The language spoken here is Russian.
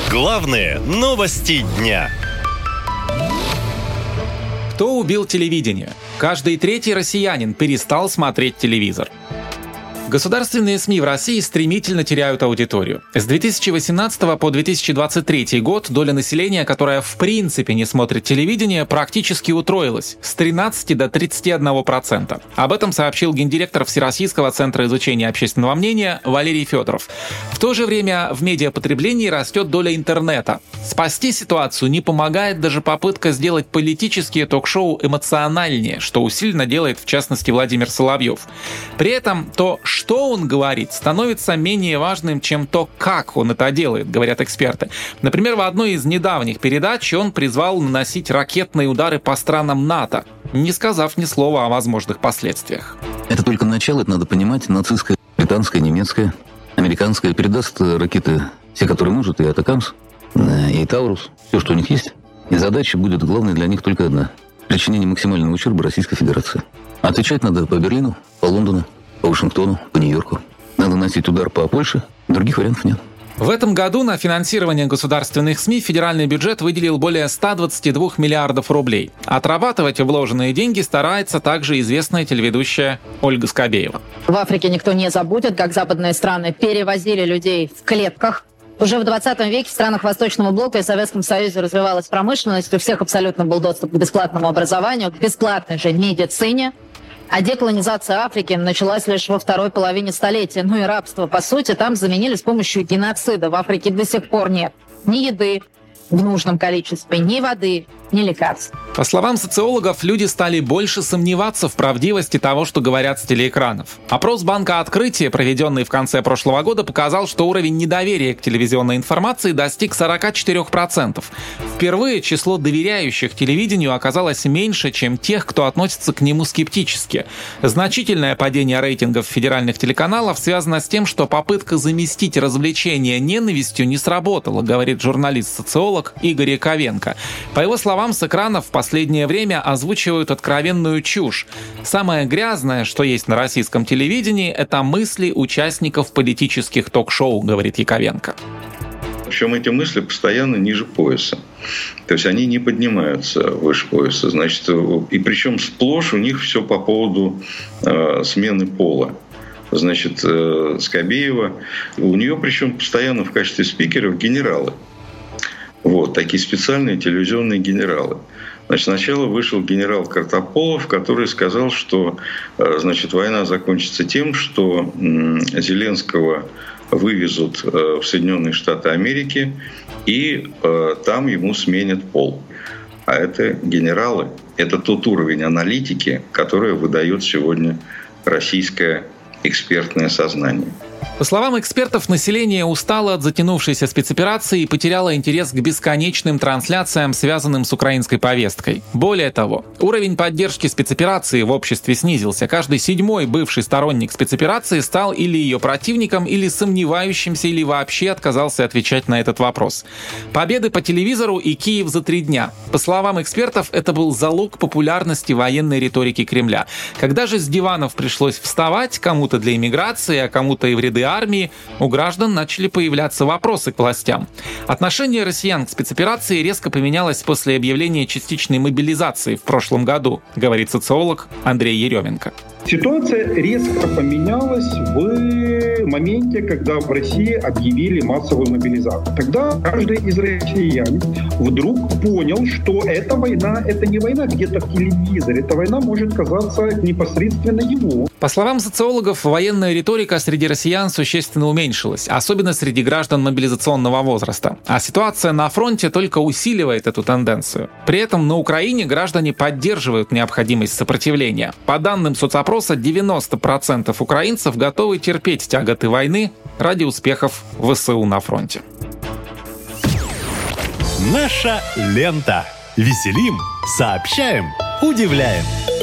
Главные новости дня. Кто убил телевидение? Каждый третий россиянин перестал смотреть телевизор. Государственные СМИ в России стремительно теряют аудиторию. С 2018 по 2023 год доля населения, которая в принципе не смотрит телевидение, практически утроилась – с 13 до 31%. Об этом сообщил гендиректор Всероссийского центра изучения общественного мнения Валерий Федоров. В то же время в медиапотреблении растет доля интернета. Спасти ситуацию не помогает даже попытка сделать политические ток-шоу эмоциональнее, что усиленно делает в частности Владимир Соловьев. При этом то, что он говорит, становится менее важным, чем то, как он это делает, говорят эксперты. Например, в одной из недавних передач он призвал наносить ракетные удары по странам НАТО, не сказав ни слова о возможных последствиях. Это только начало, это надо понимать. Нацистская, британская, немецкая, американская передаст ракеты, все, которые может, и Атакамс, и Таурус, все, что у них есть. И задача будет главной для них только одна – причинение максимального ущерба Российской Федерации. Отвечать надо по Берлину, по Лондону, по Вашингтону, по Нью-Йорку. Надо наносить удар по Польше. Других вариантов нет. В этом году на финансирование государственных СМИ федеральный бюджет выделил более 122 миллиардов рублей. Отрабатывать вложенные деньги старается также известная телеведущая Ольга Скобеева. В Африке никто не забудет, как западные страны перевозили людей в клетках. Уже в 20 веке в странах Восточного блока и Советском Союзе развивалась промышленность, у всех абсолютно был доступ к бесплатному образованию, к бесплатной же медицине. А деколонизация Африки началась лишь во второй половине столетия. Ну и рабство, по сути, там заменили с помощью геноцида. В Африке до сих пор нет ни еды в нужном количестве, ни воды, ни лекарств. По словам социологов, люди стали больше сомневаться в правдивости того, что говорят с телеэкранов. Опрос Банка Открытие, проведенный в конце прошлого года, показал, что уровень недоверия к телевизионной информации достиг 44%. Впервые число доверяющих телевидению оказалось меньше, чем тех, кто относится к нему скептически. Значительное падение рейтингов федеральных телеканалов связано с тем, что попытка заместить развлечение ненавистью не сработала, говорит журналист-социолог Игорь Яковенко. По его словам, с экранов в последнее время озвучивают откровенную чушь. Самое грязное, что есть на российском телевидении, это мысли участников политических ток-шоу, говорит Яковенко. Причем эти мысли постоянно ниже пояса. То есть они не поднимаются выше пояса. Значит, и причем сплошь у них все по поводу смены пола. Значит, Скобеева, у нее причем постоянно в качестве спикеров генералы. Вот, такие специальные телевизионные генералы. Значит, сначала вышел генерал Картополов, который сказал, что значит, война закончится тем, что Зеленского вывезут в Соединенные Штаты Америки, и там ему сменят пол. А это генералы, это тот уровень аналитики, который выдает сегодня российское экспертное сознание. По словам экспертов, население устало от затянувшейся спецоперации и потеряло интерес к бесконечным трансляциям, связанным с украинской повесткой. Более того, уровень поддержки спецоперации в обществе снизился. Каждый седьмой бывший сторонник спецоперации стал или ее противником, или сомневающимся, или вообще отказался отвечать на этот вопрос. Победы по телевизору и Киев за 3 дня. По словам экспертов, это был залог популярности военной риторики Кремля. Когда же с диванов пришлось вставать, кому-то для иммиграции, а кому-то и в ряды армии, у граждан начали появляться вопросы к властям. Отношение россиян к спецоперации резко поменялось после объявления частичной мобилизации в прошлом году, говорит социолог Андрей Еременко. Ситуация резко поменялась в моменте, когда в России объявили массовую мобилизацию. Тогда каждый из россиян вдруг понял, что эта война — это не война где-то в телевизоре. Эта война может казаться непосредственно ему. По словам социологов, военная риторика среди россиян существенно уменьшилась, особенно среди граждан мобилизационного возраста. А ситуация на фронте только усиливает эту тенденцию. При этом на Украине граждане поддерживают необходимость сопротивления. По данным соцопроса, 90% украинцев готовы терпеть тяготы войны ради успехов ВСУ на фронте. Наша лента. Веселим, сообщаем, удивляем.